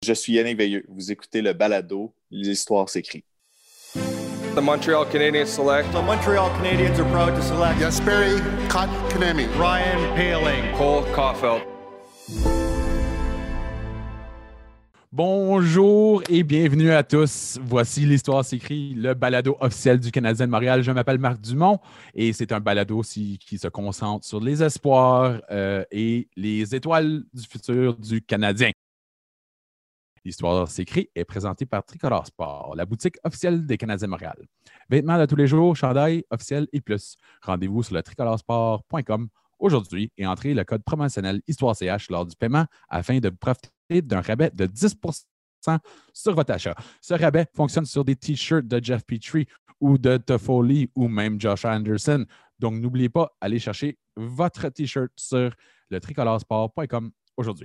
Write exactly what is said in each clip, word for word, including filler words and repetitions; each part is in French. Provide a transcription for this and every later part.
Je suis Yannick Veilleux. Vous écoutez le balado L'Histoire s'écrit. The Montreal Canadiens select. The Montreal Canadiens are proud to select Jesperi Kotkaniemi, Ryan Poehling, Cole Caulfield. Bonjour et bienvenue à tous. Voici l'Histoire s'écrit, le balado officiel du Canadien de Montréal. Je m'appelle Marc Dumont et c'est un balado aussi qui se concentre sur les espoirs euh, et les étoiles du futur du Canadien. L'Histoire s'écrit est présentée par Tricolore Sport, la boutique officielle des Canadiens de Montréal. Vêtements de tous les jours, chandail officiel et plus. Rendez-vous sur le tricolore sport point com aujourd'hui et entrez le code promotionnel Histoire C H lors du paiement afin de profiter d'un rabais de dix pour cent sur votre achat. Ce rabais fonctionne sur des t-shirts de Jeff Petrie ou de Toffoli ou même Josh Anderson. Donc, n'oubliez pas, allez chercher votre t-shirt sur le tricolore sport point com aujourd'hui.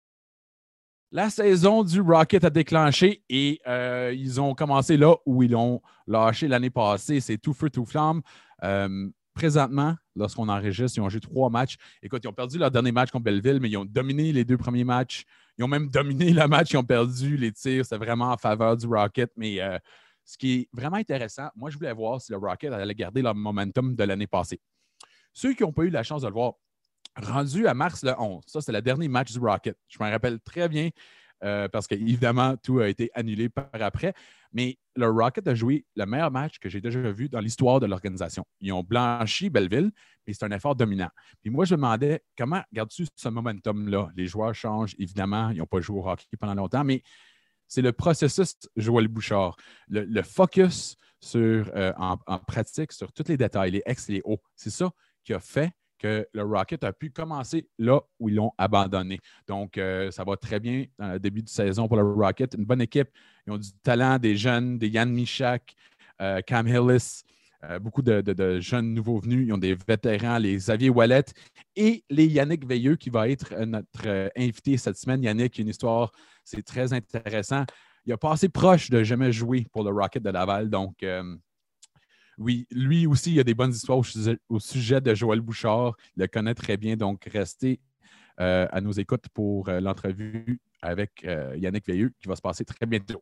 La saison du Rocket a déclenché et euh, ils ont commencé là où ils l'ont lâché l'année passée. C'est tout feu, tout flamme. Euh, présentement, lorsqu'on enregistre, ils ont joué trois matchs. Écoute, ils ont perdu leur dernier match contre Belleville, mais ils ont dominé les deux premiers matchs. Ils ont même dominé le match. Ils ont perdu les tirs. C'est vraiment en faveur du Rocket. Mais euh, ce qui est vraiment intéressant, moi, je voulais voir si le Rocket allait garder leur momentum de l'année passée. Ceux qui n'ont pas eu la chance de le voir, rendu à mars le onze, ça, c'est le dernier match du Rocket. Je m'en rappelle très bien euh, parce qu'évidemment, tout a été annulé par après. Mais le Rocket a joué le meilleur match que j'ai déjà vu dans l'histoire de l'organisation. Ils ont blanchi Belleville, mais c'est un effort dominant. Puis moi, je me demandais comment gardes-tu ce momentum-là? Les joueurs changent, évidemment. Ils n'ont pas joué au hockey pendant longtemps, mais c'est le processus Joël Bouchard. Le, le focus sur, euh, en, en pratique sur tous les détails, les X et les O. C'est ça qui a fait que le Rocket a pu commencer là où ils l'ont abandonné. Donc, euh, ça va très bien dans le début de saison pour le Rocket. Une bonne équipe. Ils ont du talent, des jeunes, des Yann Michak, euh, Cam Hillis, euh, beaucoup de, de, de jeunes nouveaux venus. Ils ont des vétérans, les Xavier Ouellet et les Yannick Veilleux qui va être notre euh, invité cette semaine. Yannick, une histoire, c'est très intéressant. Il a passé proche de jamais jouer pour le Rocket de Laval. Donc, euh, oui, lui aussi, il a des bonnes histoires au sujet, au sujet de Joël Bouchard. Il le connaît très bien, donc restez euh, à nos écoutes pour euh, l'entrevue avec euh, Yannick Veilleux qui va se passer très bientôt.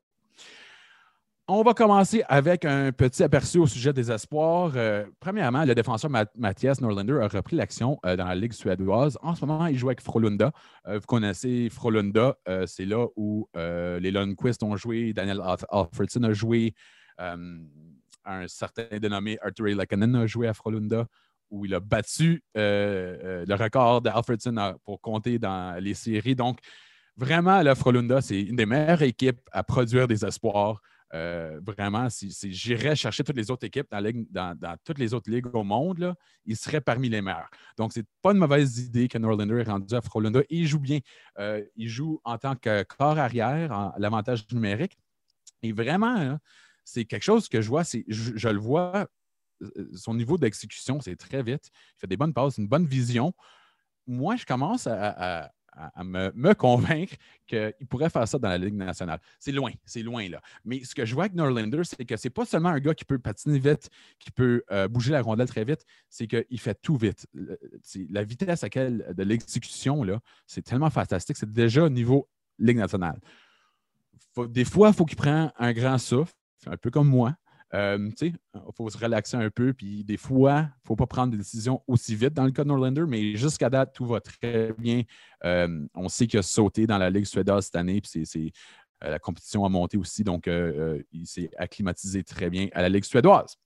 On va commencer avec un petit aperçu au sujet des espoirs. Euh, premièrement, le défenseur Mattias Norlinder a repris l'action euh, dans la Ligue suédoise. En ce moment, il joue avec Frölunda. Euh, vous connaissez Frölunda, euh, c'est là où euh, les Lundqvist ont joué, Daniel Alfredson a joué. Euh, Un certain dénommé Arturi Lehkonen a joué à Frölunda, où il a battu euh, euh, le record d'Alfredson pour compter dans les séries. Donc, vraiment, le Frölunda, c'est une des meilleures équipes à produire des espoirs. Euh, vraiment, si, si j'irais chercher toutes les autres équipes dans, la, dans, dans toutes les autres ligues au monde, là, ils seraient parmi les meilleurs. Donc, c'est pas une mauvaise idée que Norlinder est rendu à Frölunda. Et il joue bien. Euh, il joue en tant que corps arrière, en l'avantage numérique. Et vraiment, hein, c'est quelque chose que je vois, c'est, je, je le vois, son niveau d'exécution, c'est très vite. Il fait des bonnes passes, une bonne vision. Moi, je commence à, à, à me, me convaincre qu'il pourrait faire ça dans la Ligue nationale. C'est loin, c'est loin là. Mais ce que je vois avec Norlinder, c'est que c'est pas seulement un gars qui peut patiner vite, qui peut euh, bouger la rondelle très vite, c'est qu'il fait tout vite. C'est, la vitesse à laquelle de l'exécution, là, c'est tellement fantastique. C'est déjà au niveau Ligue nationale. Faut, des fois, il faut qu'il prenne un grand souffle, un peu comme moi. Euh, il faut se relaxer un peu, puis des fois, il ne faut pas prendre des décisions aussi vite dans le cas de Norlinder, mais jusqu'à date, tout va très bien. Euh, on sait qu'il a sauté dans la Ligue suédoise cette année, puis c'est, c'est, euh, la compétition a monté aussi, donc euh, euh, il s'est acclimatisé très bien à la Ligue suédoise.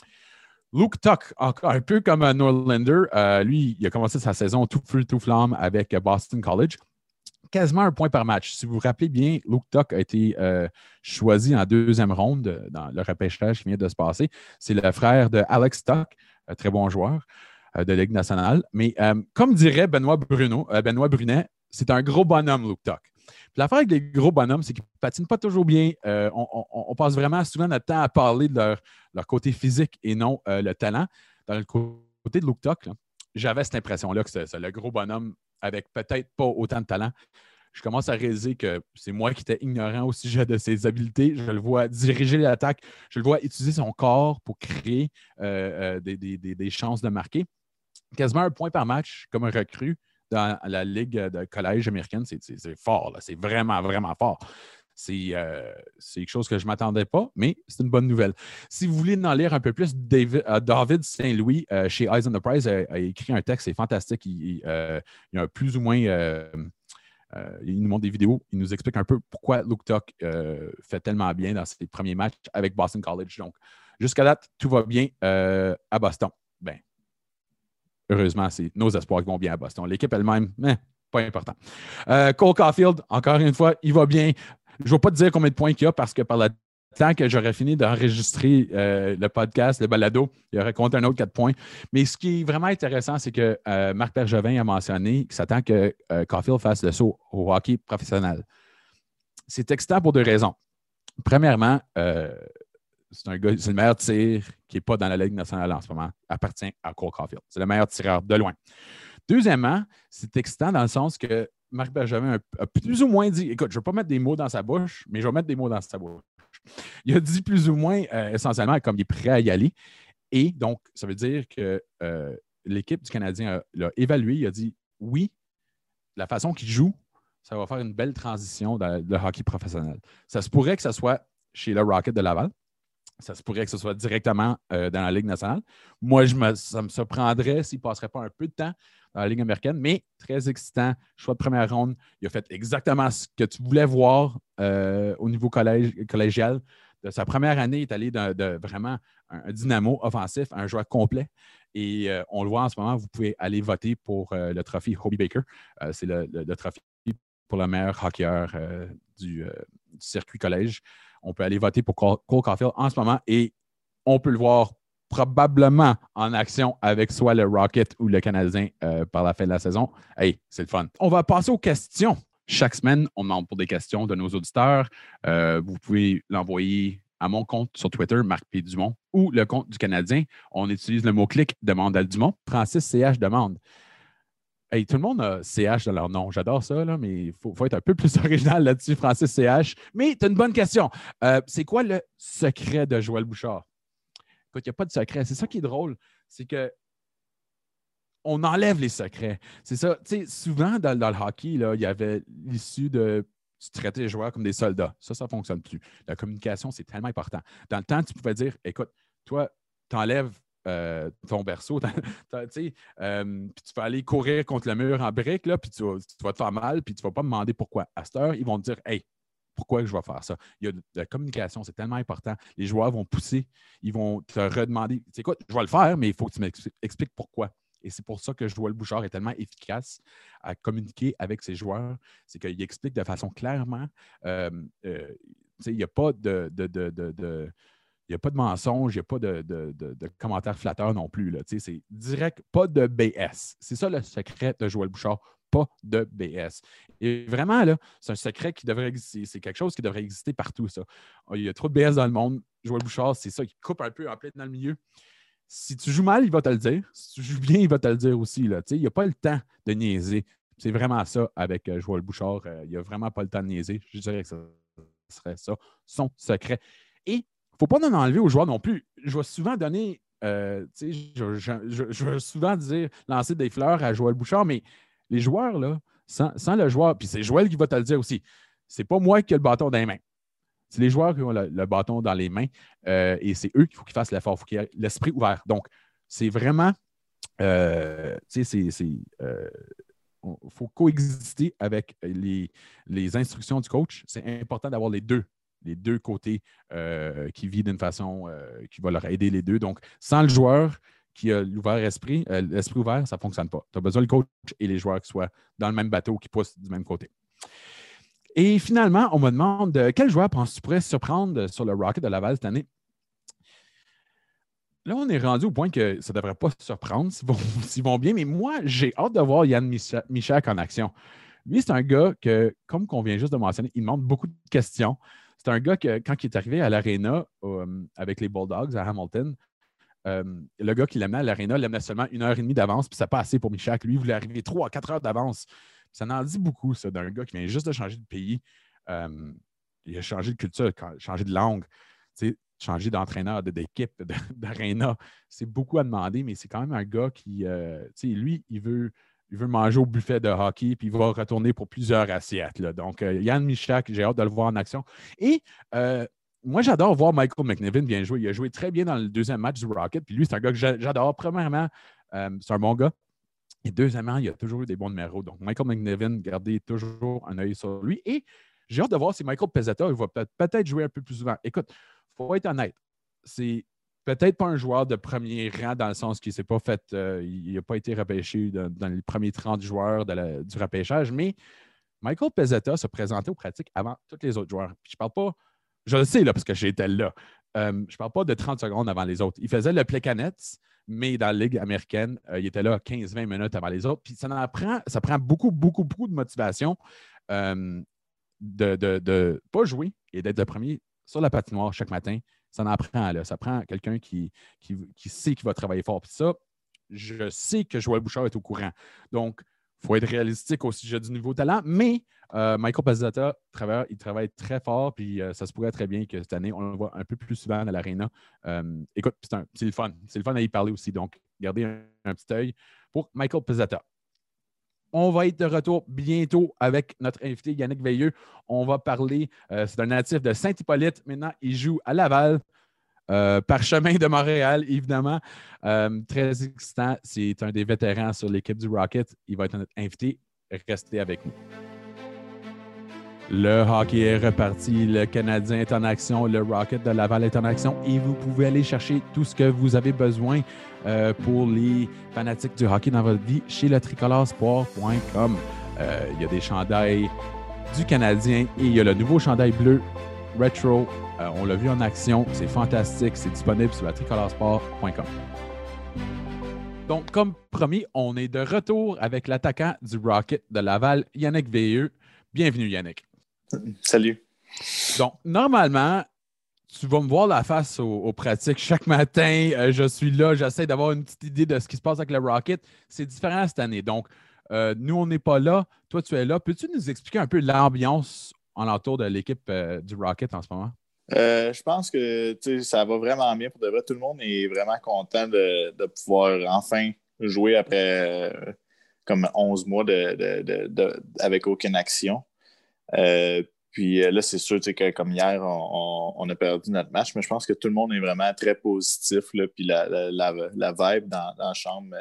Luke Tuch, encore un peu comme euh, Norlinder, euh, lui, il a commencé sa saison tout feu, tout flamme avec Boston College. Quasiment un point par match. Si vous vous rappelez bien, Luke Tuch a été euh, choisi en deuxième ronde dans le repêchage qui vient de se passer. C'est le frère de Alex Tuch, un très bon joueur euh, de Ligue nationale. Mais euh, comme dirait Benoît Bruno, euh, Benoît Brunet, c'est un gros bonhomme, Luke Tuch. Puis l'affaire avec les gros bonhommes, c'est qu'ils ne patinent pas toujours bien. Euh, on, on, on passe vraiment souvent notre temps à parler de leur, leur côté physique et non euh, le talent. Dans le côté de Luke Tuch, là, j'avais cette impression-là que c'est, c'est le gros bonhomme avec peut-être pas autant de talent. Je commence à réaliser que c'est moi qui étais ignorant au sujet de ses habiletés. Je le vois diriger l'attaque. Je le vois utiliser son corps pour créer euh, euh, des, des, des chances de marquer. Quasiment un point par match comme un recrue dans la ligue de collège américaine. C'est, c'est, c'est fort, là. C'est vraiment, vraiment fort. C'est, euh, c'est quelque chose que je ne m'attendais pas, mais c'est une bonne nouvelle. Si vous voulez en lire un peu plus, David, euh, David Saint-Louis, euh, chez Eyes on the Prize, a, a écrit un texte, c'est fantastique. Il, il, euh, il y a plus ou moins... Euh, euh, il nous montre des vidéos. Il nous explique un peu pourquoi Luke Tuck euh, fait tellement bien dans ses premiers matchs avec Boston College. Donc, jusqu'à date, tout va bien euh, à Boston. Ben, heureusement, c'est nos espoirs qui vont bien à Boston. L'équipe elle-même, eh, pas important. Euh, Cole Caulfield, encore une fois, il va bien. Je ne vais pas te dire combien de points qu'il y a parce que par le temps que j'aurais fini d'enregistrer euh, le podcast, le balado, il aurait compté un autre quatre points. Mais ce qui est vraiment intéressant, c'est que euh, Marc Bergevin a mentionné qu'il s'attend que euh, Caulfield fasse le saut au hockey professionnel. C'est excitant pour deux raisons. Premièrement, euh, c'est un gars, c'est le meilleur tir qui n'est pas dans la Ligue nationale en ce moment, appartient à Cole Caulfield. C'est le meilleur tireur de loin. Deuxièmement, c'est excitant dans le sens que Marc Bergevin a, a plus ou moins dit, écoute, je ne vais pas mettre des mots dans sa bouche, mais je vais mettre des mots dans sa bouche. Il a dit plus ou moins, euh, essentiellement, comme il est prêt à y aller. Et donc, ça veut dire que euh, l'équipe du Canadien a, l'a évalué. Il a dit, oui, la façon qu'il joue, ça va faire une belle transition dans le hockey professionnel. Ça se pourrait que ça soit chez le Rocket de Laval. Ça se pourrait que ce soit directement euh, dans la Ligue nationale. Moi, je me, ça me surprendrait s'il ne passerait pas un peu de temps dans la Ligue américaine, mais très excitant. Choix de première ronde. Il a fait exactement ce que tu voulais voir euh, au niveau collège, collégial. De sa première année, il est allé de, de vraiment un, un dynamo offensif, un joueur complet. Et euh, on le voit en ce moment, vous pouvez aller voter pour euh, le trophée Hobey Baker. Euh, c'est le, le, le trophée pour le meilleur hockeyeur euh, du, euh, du circuit collège. On peut aller voter pour Cole Caulfield en ce moment et on peut le voir probablement en action avec soit le Rocket ou le Canadien euh, par la fin de la saison. Hey, c'est le fun. On va passer aux questions. Chaque semaine, on demande pour des questions de nos auditeurs. Euh, vous pouvez l'envoyer à mon compte sur Twitter, Marc P. Dumont, ou le compte du Canadien. On utilise le mot-clic « Demande à Dumont ». Francis C H demande. Hey, tout le monde a C H dans leur nom. J'adore ça, là, mais il faut, faut être un peu plus original là-dessus, Francis C H. Mais tu as une bonne question. Euh, c'est quoi le secret de Joël Bouchard? Écoute, il n'y a pas de secret. C'est ça qui est drôle. C'est que on enlève les secrets. C'est ça. Tu sais, souvent, dans, dans le hockey, là, il y avait l'issue de tu traitais les joueurs comme des soldats. Ça, ça ne fonctionne plus. La communication, c'est tellement important. Dans le temps, tu pouvais dire, écoute, toi, tu enlèves Euh, ton berceau, euh, puis tu vas aller courir contre le mur en brique, là, puis tu, tu vas te faire mal, puis tu ne vas pas me demander pourquoi. À cette heure, ils vont te dire, hey, pourquoi je vais faire ça? Il y a de la communication, c'est tellement important. Les joueurs vont pousser, ils vont te redemander, tu sais quoi, je vais le faire, mais il faut que tu m'expliques pourquoi. Et c'est pour ça que Joël Bouchard est tellement efficace à communiquer avec ses joueurs. C'est qu'il explique de façon clairement, euh, euh, il n'y a pas de, de, de, de, de Il n'y a pas de mensonge, il n'y a pas de, de, de, de commentaires flatteurs non plus. Là. C'est direct, pas de B S. C'est ça le secret de Joël Bouchard, pas de B S. Et vraiment, là, c'est un secret qui devrait exister. C'est quelque chose qui devrait exister partout, ça. Il y a trop de B S dans le monde. Joël Bouchard, c'est ça qui coupe un peu en plein dans le milieu. Si tu joues mal, il va te le dire. Si tu joues bien, il va te le dire aussi. Là. Il n'y a pas le temps de niaiser. C'est vraiment ça avec euh, Joël Bouchard. Euh, il n'y a vraiment pas le temps de niaiser. Je dirais que ça serait ça, son secret. Et il ne faut pas en enlever aux joueurs non plus. Je vais souvent donner, euh, tu sais, je, je, je, je vais souvent dire, lancer des fleurs à Joël Bouchard, mais les joueurs, là, sans, sans le joueur, puis c'est Joël qui va te le dire aussi, c'est pas moi qui ai le bâton dans les mains. C'est les joueurs qui ont le, le bâton dans les mains euh, et c'est eux qu'il faut qu'ils fassent l'effort, il faut qu'ils aient l'esprit ouvert. Donc, c'est vraiment, euh, tu sais, c'est. Il euh, faut coexister avec les, les instructions du coach. C'est important d'avoir les deux. les deux côtés euh, qui vivent d'une façon euh, qui va leur aider les deux. Donc, sans le joueur qui a l'ouvert esprit, euh, l'esprit ouvert, ça ne fonctionne pas. Tu as besoin du coach et les joueurs qui soient dans le même bateau, qui poussent du même côté. Et finalement, on me demande euh, quel joueur penses-tu pourrais surprendre sur le Rocket de Laval cette année? Là, on est rendu au point que ça ne devrait pas surprendre s'ils vont, s'ils vont bien, mais moi, j'ai hâte de voir Yann Michak en action. Lui, c'est un gars que, comme qu'on vient juste de mentionner, il demande beaucoup de questions. C'est un gars que, quand il est arrivé à l'Arena euh, avec les Bulldogs à Hamilton, euh, le gars qui l'amenait à l'Arena l'amenait seulement une heure et demie d'avance, puis ça pas assez pour Michak. Lui, il voulait arriver trois à quatre heures d'avance. Ça en dit beaucoup, ça, d'un gars qui vient juste de changer de pays. Euh, il a changé de culture, changé de langue, changé d'entraîneur, d'équipe, d'Arena. C'est beaucoup à demander, mais c'est quand même un gars qui, euh, lui, il veut il veut manger au buffet de hockey, puis il va retourner pour plusieurs assiettes. Là. Donc, euh, Yann Michak, j'ai hâte de le voir en action. Et euh, moi, j'adore voir Michael McNiven bien jouer. Il a joué très bien dans le deuxième match du Rocket. Puis lui, c'est un gars que j'adore. Premièrement, euh, c'est un bon gars. Et deuxièmement, il a toujours eu des bons numéros. Donc, Michael McNiven, gardez toujours un œil sur lui. Et j'ai hâte de voir si Michael Pezzetta, il va peut-être jouer un peu plus souvent. Écoute, il faut être honnête. C'est peut-être pas un joueur de premier rang dans le sens qu'il ne s'est pas fait, euh, il n'a pas été repêché dans, dans les premiers trente joueurs de la, du repêchage, mais Michael Pezzetta se présentait aux pratiques avant tous les autres joueurs. Puis je parle pas, je le sais là, parce que j'étais là. Euh, je ne parle pas de trente secondes avant les autres. Il faisait le play canettes, mais dans la Ligue américaine, euh, il était là quinze vingt minutes avant les autres. Puis ça, en prend, ça prend beaucoup, beaucoup, beaucoup de motivation euh, de ne pas jouer et d'être le premier sur la patinoire chaque matin. Ça en prend, là. Ça prend quelqu'un qui, qui, qui sait qu'il va travailler fort. Puis ça, je sais que Joël Bouchard est au courant. Donc, il faut être réalistique au sujet du nouveau talent. Mais euh, Michael Pezzetta, travaille, il travaille très fort. Puis euh, ça se pourrait très bien que cette année, on le voit un peu plus souvent dans l'aréna. Euh, écoute, c'est, un, c'est le fun. C'est le fun à y parler aussi. Donc, gardez un, un petit œil pour Michael Pezzetta. On va être de retour bientôt avec notre invité Yannick Veilleux. On va parler, euh, c'est un natif de Saint-Hippolyte. Maintenant, il joue à Laval, euh, parchemin de Montréal, évidemment. Euh, très excitant. C'est un des vétérans sur l'équipe du Rocket. Il va être notre invité. Restez avec nous. Le hockey est reparti, le Canadien est en action, le Rocket de Laval est en action et vous pouvez aller chercher tout ce que vous avez besoin euh, pour les fanatiques du hockey dans votre vie chez le tricolore sport point com. Euh, il y a des chandails du Canadien et il y a le nouveau chandail bleu Retro. Euh, on l'a vu en action, c'est fantastique, c'est disponible sur le tricolore sport point com. Donc, comme promis, on est de retour avec l'attaquant du Rocket de Laval, Yannick Veilleux. Bienvenue, Yannick. Salut. Donc, normalement, tu vas me voir la face aux, aux pratiques chaque matin. Euh, je suis là, j'essaie d'avoir une petite idée de ce qui se passe avec le Rocket. C'est différent cette année. Donc, euh, nous, on n'est pas là. Toi, tu es là. Peux-tu nous expliquer un peu l'ambiance alentour de l'équipe euh, du Rocket en ce moment? Euh, je pense que ça va vraiment bien pour de vrai. Tout le monde est vraiment content de, de pouvoir enfin jouer après euh, comme onze mois de, de, de, de, avec aucune action. Euh, puis là, c'est sûr que comme hier, on, on a perdu notre match, mais je pense que tout le monde est vraiment très positif. Là, puis la, la, la, la vibe dans, dans la chambre,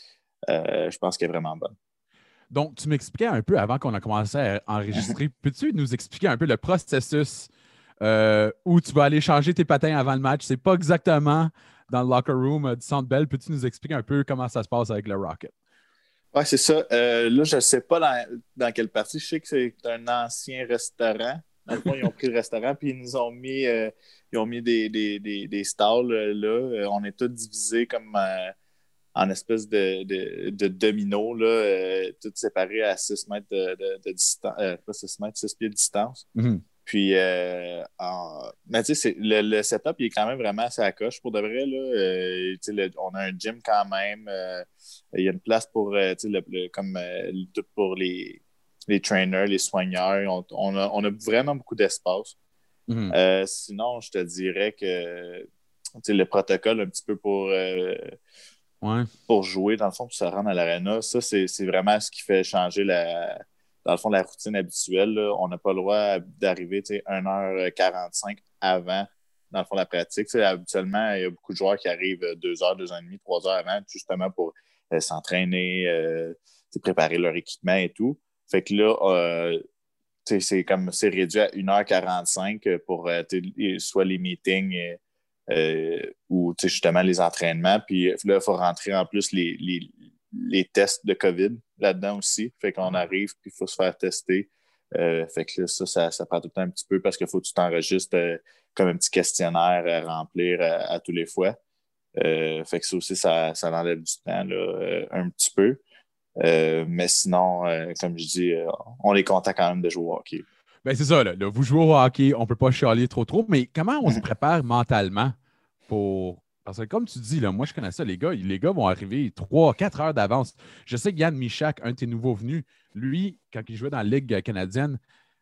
euh, je pense qu'elle est vraiment bonne. Donc, tu m'expliquais un peu avant qu'on a commencé à enregistrer. Peux-tu nous expliquer un peu le processus euh, où tu vas aller changer tes patins avant le match? C'est pas exactement dans le locker room euh, du Centre Bell. Peux-tu nous expliquer un peu comment ça se passe avec le Rocket? Oui, c'est ça. Euh, là, je ne sais pas dans, dans quelle partie. Je sais que c'est un ancien restaurant. Dans le fond, ils ont pris le restaurant puis ils nous ont mis, euh, ils ont mis des, des, des, des stalls euh, là. Euh, on est tous divisés comme euh, en espèce de, de, de domino, là, euh, tous séparés à six mètres de, de, de distance. Euh, pas six mètres, six pieds de distance. Mm-hmm. Puis, euh, en... mais tu sais, le, le setup, il est quand même vraiment assez à coche pour de vrai. Là. Euh, le, on a un gym quand même. Euh, il y a une place pour, euh, le, le, comme euh, tout pour les, les trainers, les soigneurs. On, on, a, on a vraiment beaucoup d'espace. Mm-hmm. Euh, sinon, je te dirais que le protocole un petit peu pour, euh, ouais. pour jouer, dans le fond, pour se rendre à l'aréna, ça, c'est, c'est vraiment ce qui fait changer la... Dans le fond, la routine habituelle, là, on n'a pas le droit d'arriver une heure quarante-cinq avant, dans le fond, la pratique. T'sais, habituellement, il y a beaucoup de joueurs qui arrivent deux heures, deux heures et demie, trois heures avant, justement pour euh, s'entraîner, euh, préparer leur équipement et tout. Fait que là, euh, c'est comme c'est réduit à une heure quarante-cinq pour euh, soit les meetings euh, ou justement les entraînements. Puis là, il faut rentrer en plus les, les les tests de COVID là-dedans aussi. Fait qu'on arrive puis il faut se faire tester. Euh, fait que là, ça, ça, ça prend tout le temps un petit peu parce qu'il faut que tu t'enregistres euh, comme un petit questionnaire à remplir à, à tous les fois. Euh, fait que ça aussi, ça, ça enlève du temps là, euh, un petit peu. Euh, mais sinon, euh, comme je dis, euh, on est content quand même de jouer au hockey. Ben c'est ça, là, là. Vous jouez au hockey, on ne peut pas chialer trop trop, mais comment on se prépare mentalement pour... Parce que comme tu dis, là, moi, je connais ça, les gars. Les gars vont arriver trois quatre heures d'avance. Je sais que Yann Michak, un de tes nouveaux venus, lui, quand il jouait dans la Ligue canadienne,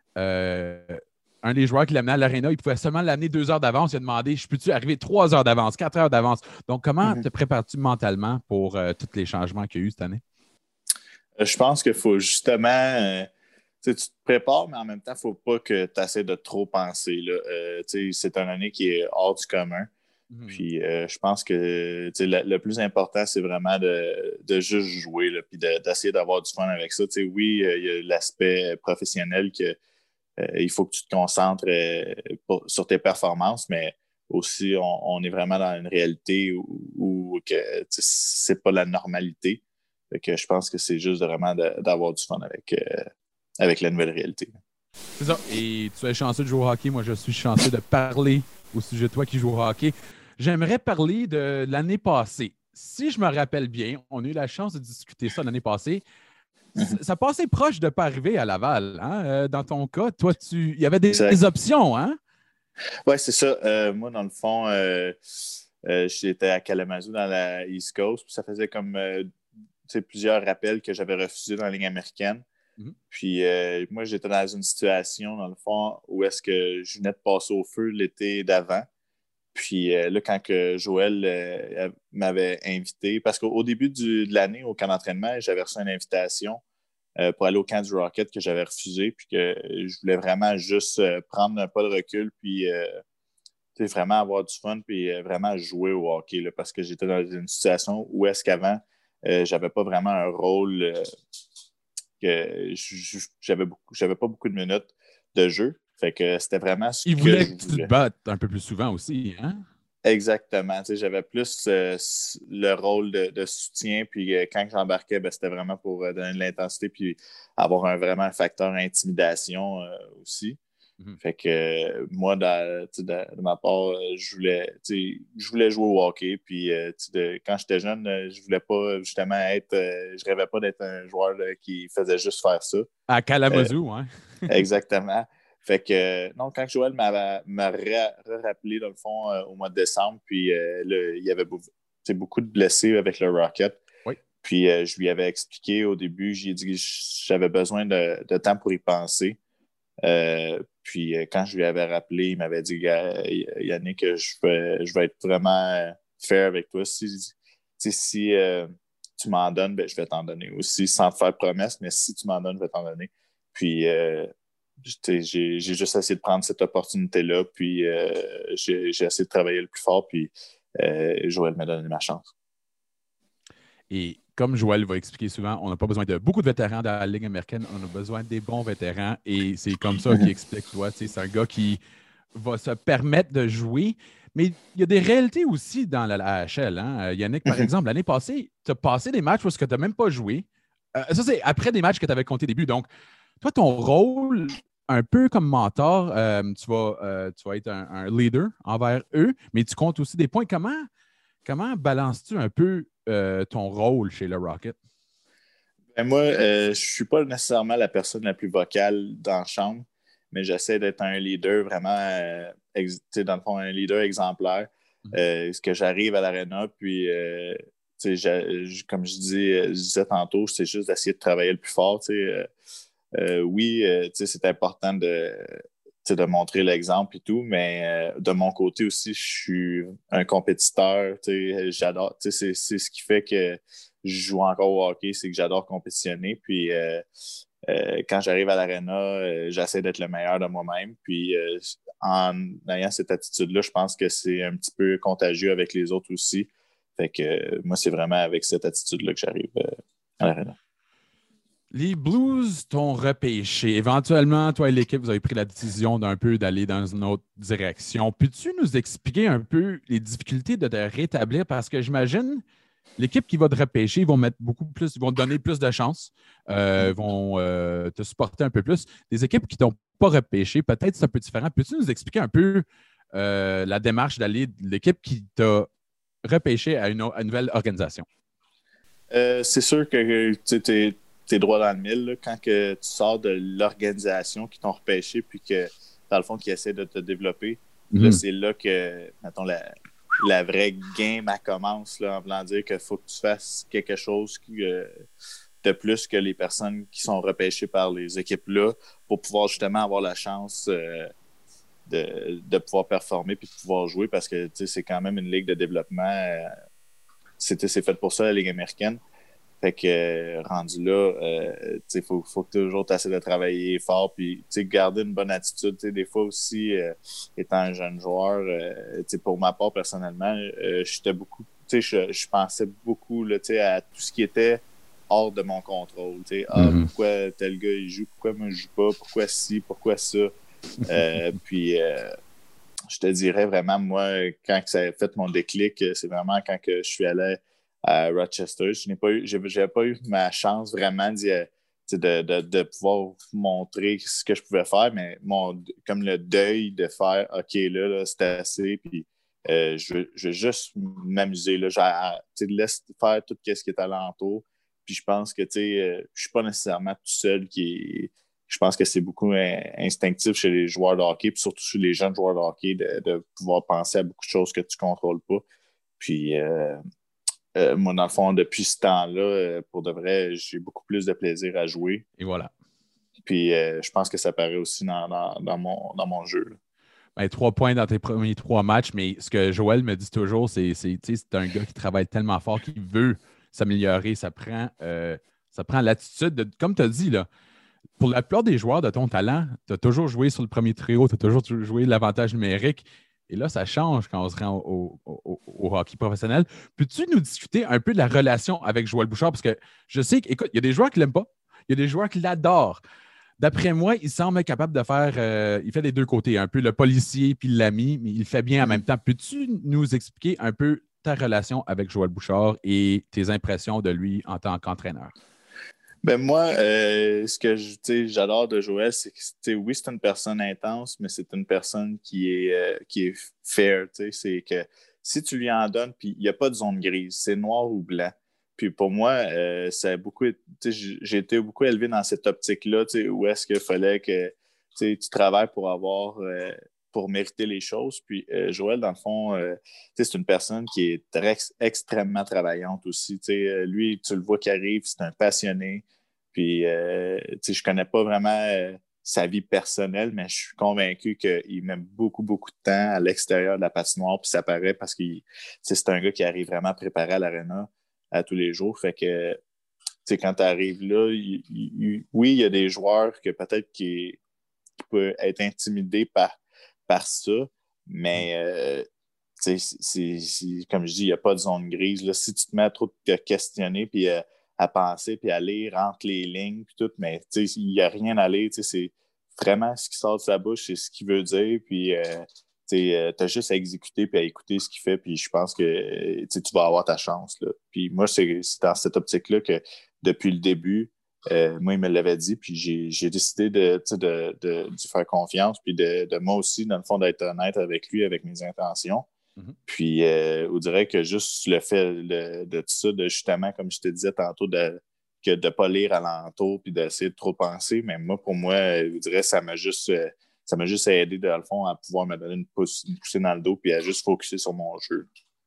euh, un des joueurs qui l'amenait à l'aréna, il pouvait seulement l'amener deux heures d'avance. Il a demandé, je peux-tu arriver trois heures d'avance, quatre heures d'avance? Donc, comment mm-hmm. te prépares-tu mentalement pour euh, tous les changements qu'il y a eu cette année? Euh, Je pense qu'il faut justement. euh, tu sais, tu te prépares, mais en même temps, il ne faut pas que tu essaies de trop penser. Là. Euh, tu sais, c'est une année qui est hors du commun. Mhm. Puis euh, je pense que tu sais, le, le plus important, c'est vraiment de, de juste jouer, là, puis de- d'essayer d'avoir du fun avec ça. Tu sais, oui, euh, il y a l'aspect professionnel que euh, il faut que tu te concentres euh, pour- sur tes performances, mais aussi, on, on est vraiment dans une réalité où, où que, tu sais, c'est pas la normalité. Fait que je pense que c'est juste vraiment de- d'avoir du fun avec, euh, avec la nouvelle réalité. C'est ça. Et tu es chanceux de jouer au hockey. Moi, je suis chanceux de parler au sujet de toi qui joue au hockey. J'aimerais parler de l'année passée. Si je me rappelle bien, on a eu la chance de discuter ça l'année passée. Mhm. Ça passait proche de ne pas arriver à Laval. Hein? Euh, dans ton cas, toi, tu... il y avait des, des Exact. options, hein? Ouais, c'est ça. Euh, moi, dans le fond, euh, euh, j'étais à Kalamazoo dans la East Coast, puis ça faisait comme euh, tu sais, plusieurs rappels que j'avais refusés dans la ligne américaine. Mhm. Puis euh, moi, j'étais dans une situation, dans le fond, où est-ce que je venais de passer au feu l'été d'avant. Puis euh, là, quand que Joël euh, m'avait invité, parce qu'au au début du- de l'année, au camp d'entraînement, j'avais reçu une invitation euh, pour aller au camp du Rocket que j'avais refusé, puis que je voulais vraiment juste euh, prendre un pas de recul, puis euh, tu sais, vraiment avoir du fun, puis euh, vraiment jouer au hockey, là, parce que j'étais dans une situation où est-ce qu'avant, euh, j'avais pas vraiment un rôle, euh, que je- je- j'avais beaucoup, j'avais pas beaucoup de minutes de jeu. Fait que c'était vraiment ce Il que voulait je que tu te voulais. battes un peu plus souvent aussi, hein? Exactement. Tu sais, j'avais plus euh, s- le rôle de, de soutien. Puis euh, quand j'embarquais, ben, c'était vraiment pour euh, donner de l'intensité puis avoir un, vraiment un facteur intimidation euh, aussi. Mhm. Fait que euh, moi, dans- tu sais, de, de ma part, euh, je voulais, tu sais, je voulais jouer au hockey. Puis euh, tu sais, de- quand j'étais jeune, euh, je voulais pas justement être. Euh, je rêvais pas d'être un joueur là, qui faisait juste faire ça. À Euh, Kalamazoo, hein? Exactement. Fait que, euh, non, quand Joël m'a m'a ra- rappelé, dans le fond, euh, au mois de décembre, puis euh, là, il y avait beaucoup, tu sais, beaucoup de blessés avec le Rocket. Oui. Puis euh, je lui avais expliqué au début, j'ai dit que j'avais besoin de, de temps pour y penser. Euh, puis euh, quand je lui avais rappelé, il m'avait dit, Ga- Yannick, je vais, je vais être vraiment euh, fair avec toi. Si, tu sais, si euh, tu m'en donnes, ben, je vais t'en donner aussi, sans te faire de promesse, mais si tu m'en donnes, je vais t'en donner. Puis euh, tu sais, j'ai j'ai juste essayé de prendre cette opportunité-là, puis euh, j'ai j'ai essayé de travailler le plus fort, puis euh, Joël m'a donné ma chance. Et comme Joël va expliquer souvent, on n'a pas besoin de beaucoup de vétérans dans la Ligue américaine, on a besoin des bons vétérans. Et c'est comme ça qu'il explique, toi. Tu sais, c'est un gars qui va se permettre de jouer. Mais il y a des réalités aussi dans la A H L. Hein? Euh, Yannick, par exemple, l'année passée, tu as passé des matchs où tu n'as même pas joué. Euh, ça, c'est après des matchs que tu avais compté début. Donc, toi, ton rôle, un peu comme mentor, euh, tu, vas, euh, tu vas être un, un leader envers eux, mais tu comptes aussi des points. Comment, comment balances-tu un peu euh, ton rôle chez le Rocket? Ben, moi, euh, je ne suis pas nécessairement la personne la plus vocale dans la chambre, mais j'essaie d'être un leader vraiment, euh, ex- tu sais, dans le fond, un leader exemplaire. Mhm. Euh, Est-ce que j'arrive à l'aréna, puis, euh, tu sais, j'a- j- comme je, dis, je disais tantôt, c'est juste d'essayer de travailler le plus fort. Tu sais. Euh, euh, oui, euh, tu sais, c'est important de, tu sais, de montrer l'exemple et tout, mais euh, de mon côté aussi, je suis un compétiteur. Tu sais, j'adore. Tu sais, c'est c'est ce qui fait que je joue encore au hockey, c'est que j'adore compétitionner. Puis euh, euh, quand j'arrive à l'aréna, euh, j'essaie d'être le meilleur de moi-même. Puis euh, en ayant cette attitude-là, je pense que c'est un petit peu contagieux avec les autres aussi. Fait que euh, moi, c'est vraiment avec cette attitude-là que j'arrive euh, à l'aréna. Les Blues t'ont repêché. Éventuellement, toi et l'équipe, vous avez pris la décision d'un peu d'aller dans une autre direction. Peux-tu nous expliquer un peu les difficultés de te rétablir? Parce que j'imagine, l'équipe qui va te repêcher, ils vont mettre beaucoup plus, ils vont te donner plus de chances, euh, vont euh, te supporter un peu plus. Des équipes qui ne t'ont pas repêché, peut-être c'est un peu différent. Peux-tu nous expliquer un peu euh, la démarche d'aller de l'équipe qui t'a repêché à une, à une nouvelle organisation? Euh, c'est sûr que tu es, es droit dans le mille là, quand que tu sors de l'organisation qui t'ont repêché puis que, dans le fond, qui essaie de te développer. Là, Mhm. c'est là que, mettons, la, la vraie game elle commence là, en voulant dire qu'il faut que tu fasses quelque chose qui, euh, de plus que les personnes qui sont repêchées par les équipes-là pour pouvoir justement avoir la chance euh, de, de pouvoir performer puis de pouvoir jouer parce que c'est quand même une ligue de développement. Euh, c'était, c'est fait pour ça, la Ligue américaine. Fait que euh, rendu là, euh, il faut, faut toujours t'essayer de travailler fort puis garder une bonne attitude. T'sais, des fois aussi, euh, étant un jeune joueur, euh, pour ma part personnellement, euh, j'étais beaucoup, je, je pensais beaucoup là, à tout ce qui était hors de mon contrôle. Ah, mm-hmm. Pourquoi tel gars il joue, pourquoi moi je joue pas, pourquoi ci, pourquoi ça. euh, puis euh, je te dirais vraiment, moi, quand ça a fait mon déclic, c'est vraiment quand que je suis allé à Rochester. Je n'ai pas eu, j'avais pas eu ma chance vraiment d'y, de, de, de pouvoir montrer ce que je pouvais faire, mais mon, comme le deuil de faire OK, là, là c'était assez, puis euh, je, je veux juste m'amuser. Là, je laisse faire tout ce qui est alentour. Puis je pense que euh, je suis pas nécessairement tout seul qui est. Je pense que c'est beaucoup instinctif chez les joueurs de hockey, puis surtout chez les jeunes joueurs de hockey, de, de pouvoir penser à beaucoup de choses que tu ne contrôles pas. Puis euh, Euh, moi, dans le fond, depuis ce temps-là, euh, pour de vrai, j'ai beaucoup plus de plaisir à jouer. Et voilà. Puis euh, je pense que ça paraît aussi dans, dans, dans, mon, dans mon jeu. Ben, trois points dans tes premiers trois matchs, mais ce que Joël me dit toujours, c'est c'est c'est un gars qui travaille tellement fort, qui veut s'améliorer. Ça prend, euh, ça prend l'attitude de, comme tu as dit, là, pour la plupart des joueurs de ton talent, tu as toujours joué sur le premier trio, tu as toujours joué l'avantage numérique. Et là, ça change quand on se rend au, au, au, au hockey professionnel. Peux-tu nous discuter un peu de la relation avec Joël Bouchard? Parce que je sais qu'écoute, il y a des joueurs qui ne l'aiment pas, il y a des joueurs qui l'adorent. D'après moi, il semble être capable de faire, euh, il fait des deux côtés, un peu le policier puis l'ami, mais il le fait bien en même temps. Peux-tu nous expliquer un peu ta relation avec Joël Bouchard et tes impressions de lui en tant qu'entraîneur? Ben moi, euh, ce que je, j'adore de Joël, c'est que oui, c'est une personne intense, mais c'est une personne qui est, euh, qui est fair. C'est que si tu lui en donnes, puis il n'y a pas de zone grise, c'est noir ou blanc. Puis pour moi, euh, ça a beaucoup, j'ai été beaucoup élevé dans cette optique-là, où est-ce qu'il fallait que tu travailles pour avoir, euh, pour mériter les choses. Puis euh, Joël, dans le fond, euh, c'est une personne qui est très, extrêmement travaillante aussi. Euh, lui, tu le vois qui arrive, c'est un passionné. Puis, euh, je ne connais pas vraiment euh, sa vie personnelle, mais je suis convaincu qu'il met beaucoup, beaucoup de temps à l'extérieur de la patinoire, puis ça paraît parce que c'est un gars qui arrive vraiment préparé à l'aréna à tous les jours. Fait que, quand tu arrives là, il, il, oui, il y a des joueurs que peut-être qui, qui peuvent être intimidés par, par ça, mais euh, c'est, c'est, c'est, comme je dis, il n'y a pas de zone grise. Là. Si tu te mets à trop te questionner, puis euh, à penser, puis à lire entre les lignes, puis tout, mais il n'y a rien à lire. C'est vraiment ce qui sort de sa bouche, c'est ce qu'il veut dire, puis euh, euh, tu as juste à exécuter, puis à écouter ce qu'il fait, puis je pense que tu vas avoir ta chance. Là. Puis moi, c'est, c'est dans cette optique-là que depuis le début, euh, moi, il me l'avait dit, puis j'ai, j'ai décidé de, de, de, de lui faire confiance, puis de, de moi aussi, dans le fond, d'être honnête avec lui, avec mes intentions. Mm-hmm. Puis, euh, on dirait que juste le fait de, de tout ça, de justement, comme je te disais tantôt, de que de ne pas lire alentour puis d'essayer de trop penser, mais moi, pour moi, je dirais ça m'a juste ça m'a juste aidé, dans le fond, à pouvoir me donner une, pousse, une poussée dans le dos puis à juste focusser sur mon jeu.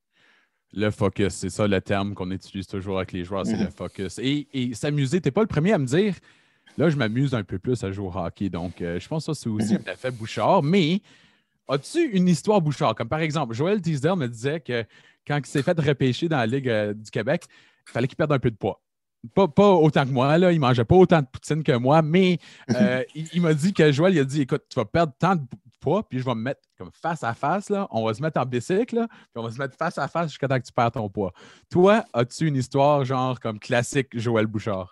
Le focus, c'est ça le terme qu'on utilise toujours avec les joueurs, c'est mm-hmm. le focus. Et, et s'amuser, tu n'es pas le premier à me dire, là, je m'amuse un peu plus à jouer au hockey, donc euh, je pense que ça, c'est aussi mm-hmm. un effet Bouchard, mais as-tu une histoire Bouchard? Comme par exemple, Joël Teasdale me disait que quand il s'est fait repêcher dans la Ligue euh, du Québec, il fallait qu'il perde un peu de poids. Pas, pas autant que moi, là, il ne mangeait pas autant de poutine que moi, mais euh, il, il m'a dit que Joël, il a dit, écoute, tu vas perdre tant de poids, puis je vais me mettre comme face à face, là, on va se mettre en bicycle, là, puis on va se mettre face à face jusqu'à temps que tu perds ton poids. Toi, as-tu une histoire genre comme classique Joël Bouchard?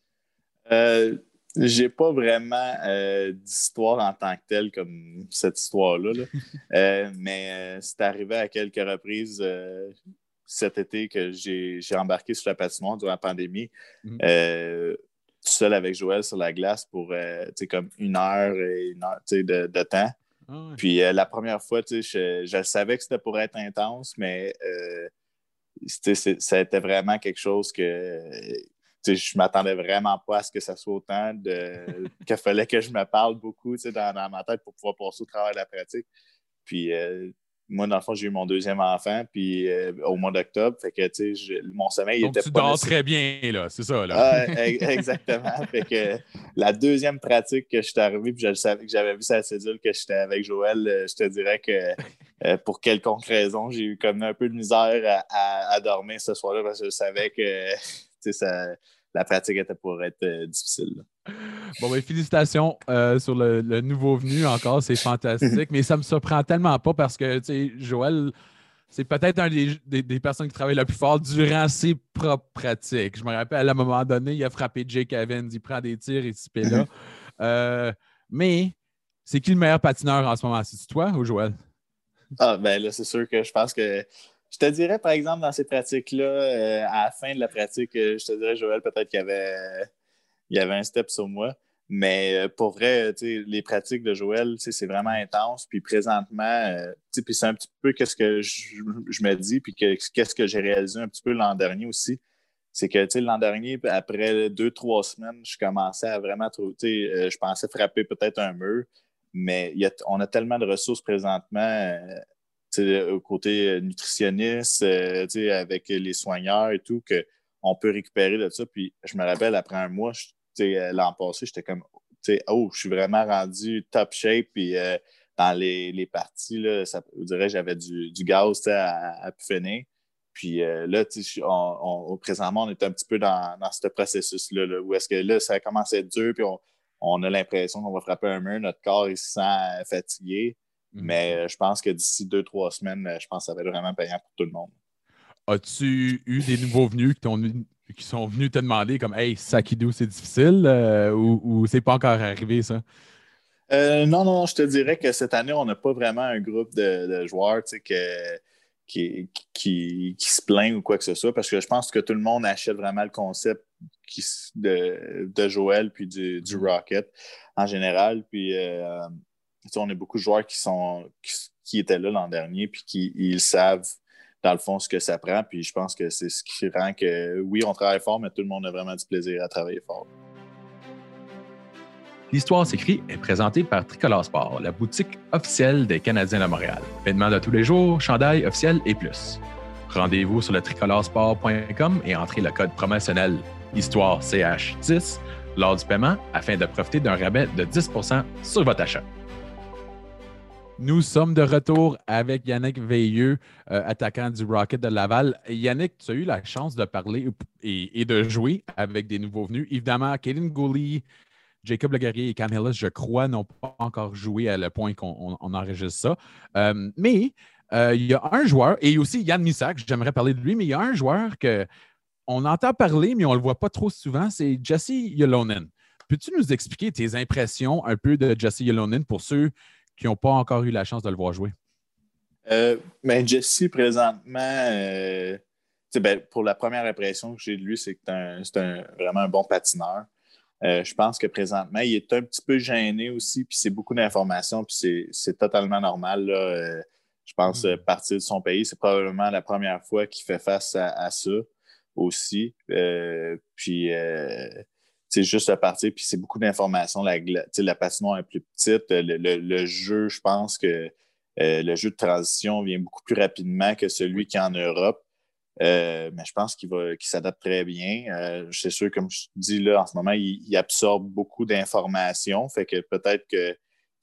Euh... J'ai pas vraiment euh, d'histoire en tant que telle comme cette histoire-là. Là. euh, mais euh, c'est arrivé à quelques reprises euh, cet été que j'ai, j'ai embarqué sur la patinoire durant la pandémie, mm-hmm. euh, tout seul avec Joël sur la glace pour euh, comme une heure et une heure de, de temps. Oh, ouais. Puis euh, la première fois, je, je savais que c'était pour être intense, mais euh, c'est, ça a été vraiment quelque chose que... T'sais, je ne m'attendais vraiment pas à ce que ça soit autant de... qu'il fallait que je me parle beaucoup dans, dans ma tête pour pouvoir passer au travers de la pratique. Puis euh, moi, dans le fond, j'ai eu mon deuxième enfant puis, euh, au mois d'octobre. Fait que je, mon sommeil Donc, était tu pas... dors très bien, là, c'est ça. Là. Ah, exactement. Fait que la deuxième pratique que je suis arrivé, puis je savais que j'avais vu sa cédule que j'étais avec Joël, je te dirais que euh, pour quelconque raison, j'ai eu comme un peu de misère à, à, à dormir ce soir-là parce que je savais que... ça, la pratique était pour être euh, difficile. Là. Bon, ben, félicitations euh, sur le, le nouveau venu encore, c'est fantastique, mais ça me surprend tellement pas parce que, tu sais, Joël, c'est peut-être un des, des, des personnes qui travaillent le plus fort durant ses propres pratiques. Je me rappelle, à un moment donné, il a frappé Jake Evans, il prend des tirs ici et là. Euh, mais c'est qui le meilleur patineur en ce moment? C'est toi ou Joël? Ah, ben là, c'est sûr que je pense que je te dirais, par exemple, dans ces pratiques-là, euh, à la fin de la pratique, euh, je te dirais, Joël, peut-être qu'il y avait, euh, il y avait un step sur moi. Mais euh, pour vrai, les pratiques de Joël, c'est vraiment intense. Puis présentement, euh, puis c'est un petit peu qu'est-ce que je, je me dis, puis que, qu'est-ce que j'ai réalisé un petit peu l'an dernier aussi. C'est que l'an dernier, après deux, trois semaines, je commençais à vraiment trouver, euh, je pensais frapper peut-être un mur, mais y a, on a tellement de ressources présentement. Euh, au côté nutritionniste, euh, avec les soigneurs et tout, qu'on peut récupérer de ça. Puis je me rappelle, après un mois, je, l'an passé, j'étais comme, oh, je suis vraiment rendu top shape. Puis euh, dans les, les parties, là, ça, je dirais j'avais du, du gaz à, à pu finir. Puis euh, là, on, on, présentement, on est un petit peu dans, dans ce processus-là, là, où est-ce que là, ça commence à être dur, puis on, on a l'impression qu'on va frapper un mur, notre corps il se sent fatigué. Mais euh, je pense que d'ici deux, trois semaines, je pense que ça va être vraiment payant pour tout le monde. As-tu eu des nouveaux venus qui, qui sont venus te demander comme Hey, Sakidou, c'est difficile euh, ou, ou c'est pas encore arrivé ça? Euh, non, non, je te dirais que cette année, on n'a pas vraiment un groupe de, de joueurs que, qui, qui, qui se plaint ou quoi que ce soit, parce que je pense que tout le monde achète vraiment le concept qui, de, de Joël puis du, du Rocket en général. Puis euh, on a beaucoup de joueurs qui sont qui, qui étaient là l'an dernier puis qui ils savent dans le fond ce que ça prend. Puis je pense que c'est ce qui rend que oui, on travaille fort, mais tout le monde a vraiment du plaisir à travailler fort. L'Histoire s'écrit est présentée par Tricolore Sport, la boutique officielle des Canadiens de Montréal. Vêtements de tous les jours, chandail officiel et plus. Rendez-vous sur le tricolore sport point com et entrez le code promotionnel Histoire C H dix lors du paiement afin de profiter d'un rabais de dix pour cent sur votre achat. Nous sommes de retour avec Yannick Veilleux, euh, attaquant du Rocket de Laval. Yannick, tu as eu la chance de parler et, et de jouer avec des nouveaux venus. Évidemment, Kaden Gooley, Jacob Leguerrier et Cam Hillis, je crois, n'ont pas encore joué à le point qu'on on, on enregistre ça. Euh, mais euh, il y a un joueur, et aussi Yann Missac, j'aimerais parler de lui, mais il y a un joueur qu'on entend parler, mais on ne le voit pas trop souvent, c'est Jesse Ylonen. Peux-tu nous expliquer tes impressions un peu de Jesse Ylonen pour ceux qui n'ont pas encore eu la chance de le voir jouer? Euh, ben Jesse, présentement, euh, ben, pour la première impression que j'ai de lui, c'est que c'est, un, c'est un, vraiment un bon patineur. Euh, je pense que présentement, il est un petit peu gêné aussi, puis c'est beaucoup d'informations, puis c'est, c'est totalement normal. Là. Euh, je pense mm. partir de son pays, c'est probablement la première fois qu'il fait face à, à ça aussi. Euh, puis, euh, c'est juste à partir, puis c'est beaucoup d'informations. La, la, la patinoire est plus petite. Le, le, le jeu, je pense que euh, le jeu de transition vient beaucoup plus rapidement que celui qui est en Europe. Euh, mais je pense qu'il va, qu'il s'adapte très bien. Euh, c'est sûr, comme je dis là, en ce moment, il, il absorbe beaucoup d'informations. Fait que peut-être que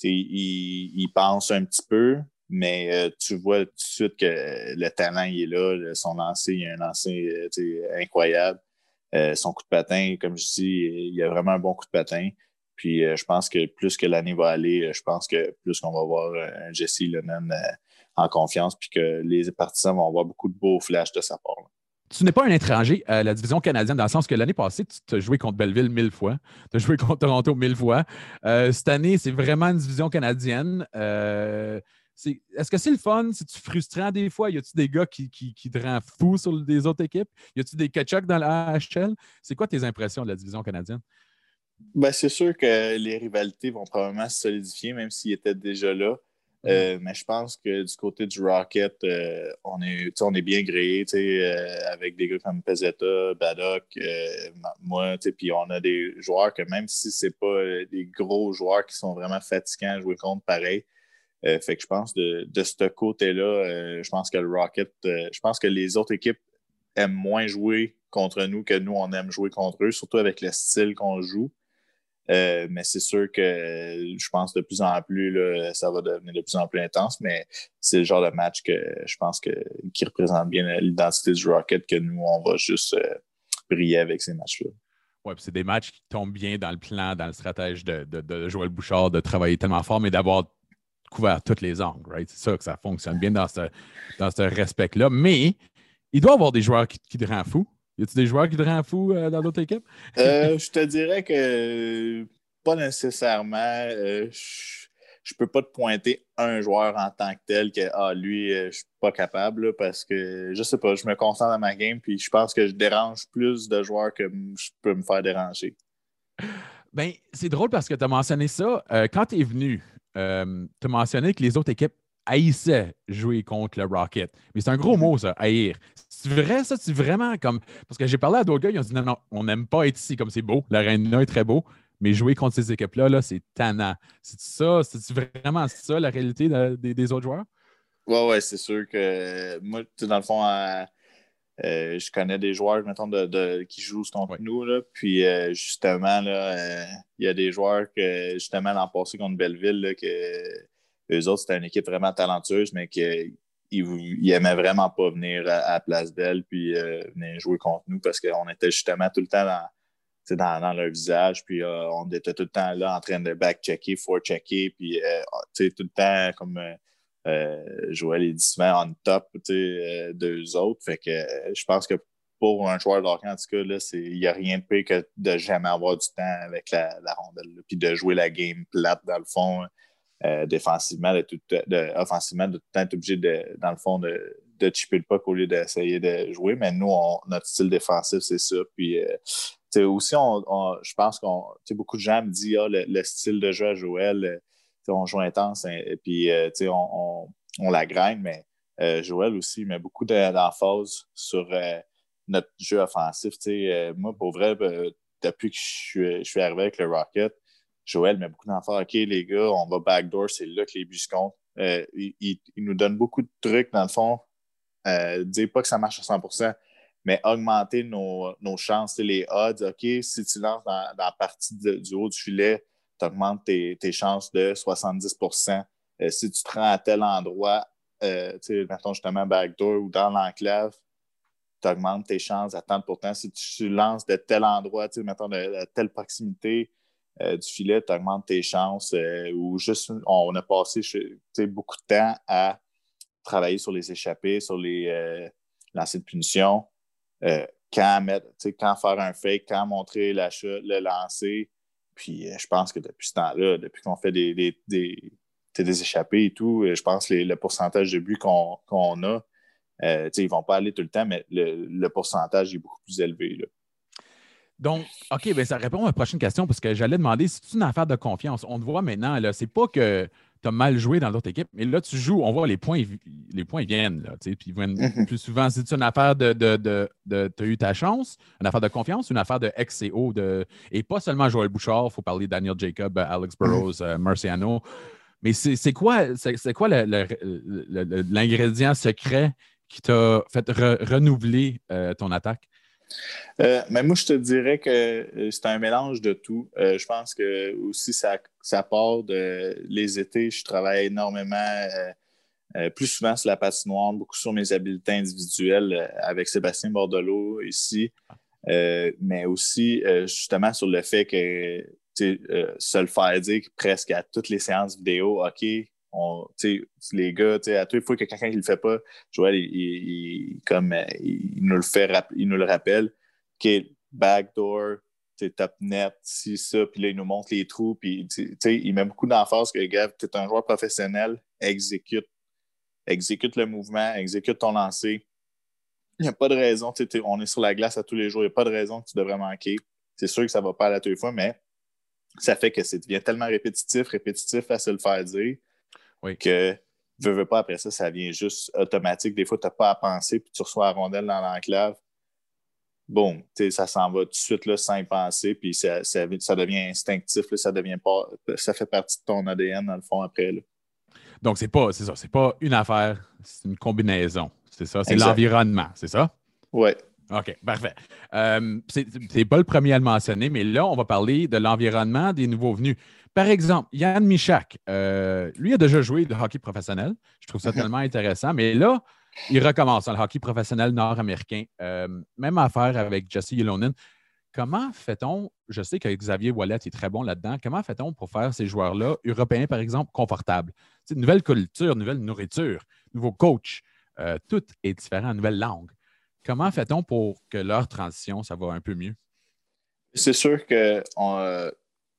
il, il pense un petit peu, mais euh, tu vois tout de suite que le talent il est là. Son lancer, il a un lancer incroyable. Euh, son coup de patin, comme je dis, il a vraiment un bon coup de patin. Puis euh, je pense que plus que l'année va aller, je pense que plus qu'on va voir un Jesse Ylonen euh, en confiance, puis que les partisans vont avoir beaucoup de beaux flashs de sa part. Là. Tu n'es pas un étranger à la division canadienne, dans le sens que l'année passée, tu as joué contre Belleville mille fois, tu as joué contre Toronto mille fois. Euh, cette année, c'est vraiment une division canadienne. Euh, c'est, est-ce que c'est le fun? C'est-tu frustrant des fois? Y a-tu des gars qui, qui, qui te rendent fou sur des autres équipes? Y a-tu des catch-ups dans la A H L? C'est quoi tes impressions de la division canadienne? Ben, c'est sûr que les rivalités vont probablement se solidifier, même s'ils étaient déjà là. Mm. Euh, mais je pense que du côté du Rocket, euh, on, est, on est bien gréé euh, avec des gars comme Pezzetta, Baddock, euh, moi, puis on a des joueurs que même si c'est pas des gros joueurs qui sont vraiment fatigants à jouer contre, pareil. Euh, fait que je pense de, de ce côté-là, euh, je pense que le Rocket, euh, je pense que les autres équipes aiment moins jouer contre nous que nous, on aime jouer contre eux, surtout avec le style qu'on joue. Euh, mais c'est sûr que euh, je pense de plus en plus, là, ça va devenir de plus en plus intense, mais c'est le genre de match que je pense que qui représente bien l'identité du Rocket, que nous, on va juste euh, briller avec ces matchs-là. Oui, puis c'est des matchs qui tombent bien dans le plan, dans le stratège de, de, de Joël Bouchard, de travailler tellement fort, mais d'avoir couvert tous les angles, right? C'est ça que ça fonctionne bien dans ce, dans ce respect-là. Mais il doit y avoir des joueurs qui, qui te rendent fou. Y a-t-il des joueurs qui te rendent fou euh, dans d'autres équipes? euh, je te dirais que pas nécessairement. Euh, je ne peux pas te pointer un joueur en tant que tel que ah, lui, euh, je suis pas capable là, parce que je sais pas, je me concentre dans ma game puis je pense que je dérange plus de joueurs que je peux me faire déranger. Ben, c'est drôle parce que tu as mentionné ça. Euh, quand tu es venu, euh, tu as mentionné que les autres équipes haïssaient jouer contre le Rocket. Mais c'est un gros mot, ça, haïr. C'est vrai, ça? C'est vraiment comme. Parce que j'ai parlé à d'autres gars, ils ont dit non, non, on n'aime pas être ici comme c'est beau. L'aréna est très beau. Mais jouer contre ces équipes-là, là, c'est tannant. C'est ça? C'est vraiment ça la réalité de, de, des autres joueurs? Oui, ouais, c'est sûr que moi, dans le fond, euh, euh, je connais des joueurs, mettons, de, de, qui jouent contre ouais. nous. Là, puis euh, justement, là, il euh, y a des joueurs que justement l'an passé contre Belleville, là, que eux autres, c'était une équipe vraiment talentueuse, mais qu'ils ils aimaient vraiment pas venir à, à Place Belle puis euh, venir jouer contre nous parce qu'on était justement tout le temps dans. Dans, dans leur visage, puis euh, on était tout le temps là en train de back-checker, for-checker, puis euh, tout le temps, comme euh, Joël est dit souvent, on top euh, d'eux autres. Fait que euh, je pense que pour un joueur de hockey, en tout cas, il n'y a rien de pire que de jamais avoir du temps avec la, la rondelle, là, puis de jouer la game plate, dans le fond, euh, défensivement, de tout, de, offensivement, de tout le temps être obligé, de, dans le fond, de, de chipper le puck au lieu d'essayer de jouer. Mais nous, on, notre style défensif, c'est ça. Puis, euh, T'sais, aussi, on, on, je pense qu'on beaucoup de gens me disent ah, le, le style de jeu à Joël, on joue intense et, et puis euh, on, on, on la graine, mais euh, Joël aussi met beaucoup d'emphase sur euh, notre jeu offensif. Euh, moi, pour vrai, ben, depuis que je suis, je suis arrivé avec le Rocket, Joël met beaucoup d'emphase. OK, les gars, on va backdoor, c'est là que les buts se comptent. Euh, il, il, il nous donne beaucoup de trucs, dans le fond. Euh, dire pas que ça marche à cent pour cent, mais augmenter nos, nos chances, les odds. OK, si tu lances dans, dans la partie de, du haut du filet, tu augmentes tes, tes chances de soixante-dix pour cent. Euh, si tu te rends à tel endroit, euh, tu sais, mettons justement backdoor ou dans l'enclave, tu augmentes tes chances à trente pour cent. Si tu lances de tel endroit, tu sais, mettons de, de telle proximité euh, du filet, tu augmentes tes chances. Euh, ou juste, on a passé tu sais, beaucoup de temps à travailler sur les échappées, sur les euh, lancers de punition. Euh, quand, mettre, quand faire un fake, quand montrer l'achat, le lancer. Puis euh, je pense que depuis ce temps-là, depuis qu'on fait des, des, des, des échappées et tout, je pense que les, le pourcentage de buts qu'on, qu'on a, euh, ils ne vont pas aller tout le temps, mais le, le pourcentage est beaucoup plus élevé. Là. Donc, OK, bien, ça répond à ma prochaine question parce que j'allais demander si c'est une affaire de confiance. On te voit maintenant, là, c'est pas que tu as mal joué dans l'autre équipe, mais là, tu joues, on voit les points, les points viennent, là, puis ils viennent mm-hmm. plus souvent. C'est une affaire de, de, de, de tu as eu ta chance, une affaire de confiance, une affaire de X C O, de, et pas seulement Joël Bouchard, il faut parler de Daniel Jacob, Alex Burrows, mm-hmm. euh, Marciano. Mais c'est, c'est quoi, c'est, c'est quoi le, le, le, le, l'ingrédient secret qui t'a fait re, renouveler euh, ton attaque? Euh, mais moi, je te dirais que c'est un mélange de tout. Euh, je pense que aussi ça, ça part de les étés. Je travaille énormément, euh, euh, plus souvent sur la patinoire, beaucoup sur mes habiletés individuelles euh, avec Sébastien Bordelot ici, euh, mais aussi euh, justement sur le fait que euh, se le faire dire presque à toutes les séances vidéo, OK, on, les gars, à toutes les fois que quelqu'un ne le fait pas, Joël, il, il, il, comme, il, nous le fait, il nous le rappelle, OK, backdoor, top net, si ça, puis là, il nous montre les trous, puis il met beaucoup d'emphase que, gars, tu es un joueur professionnel, exécute, exécute le mouvement, exécute ton lancer. Il n'y a pas de raison, on est sur la glace à tous les jours, il n'y a pas de raison que tu devrais manquer. C'est sûr que ça ne va pas aller à tous les fois, mais ça fait que ça devient tellement répétitif, répétitif à se le faire dire. Oui. Que, veux, veux pas, après ça, ça vient juste automatique. Des fois, tu n'as pas à penser, puis tu reçois la rondelle dans l'enclave. Boum, ça s'en va tout de suite là, sans y penser, puis ça, ça, ça devient instinctif, là, ça devient pas, ça fait partie de ton A D N, dans le fond, après. Là. Donc, c'est pas, c'est ça, c'est pas une affaire, c'est une combinaison. C'est ça, c'est exact. L'environnement, c'est ça? Oui. OK, parfait. Euh, c'est, c'est pas le premier à le mentionner, mais là, on va parler de l'environnement des nouveaux venus. Par exemple, Yann Michak, euh, lui a déjà joué de hockey professionnel. Je trouve ça tellement intéressant. Mais là, il recommence dans le hockey professionnel nord-américain. Euh, même affaire avec Jesse Ylonen. Comment fait-on, je sais que Xavier Ouellet est très bon là-dedans, comment fait-on pour faire ces joueurs-là, européens par exemple, confortables? C'est une nouvelle culture, nouvelle nourriture, nouveau coach, euh, tout est différent, nouvelle langue. Comment fait-on pour que leur transition, ça va un peu mieux? C'est sûr que on, euh,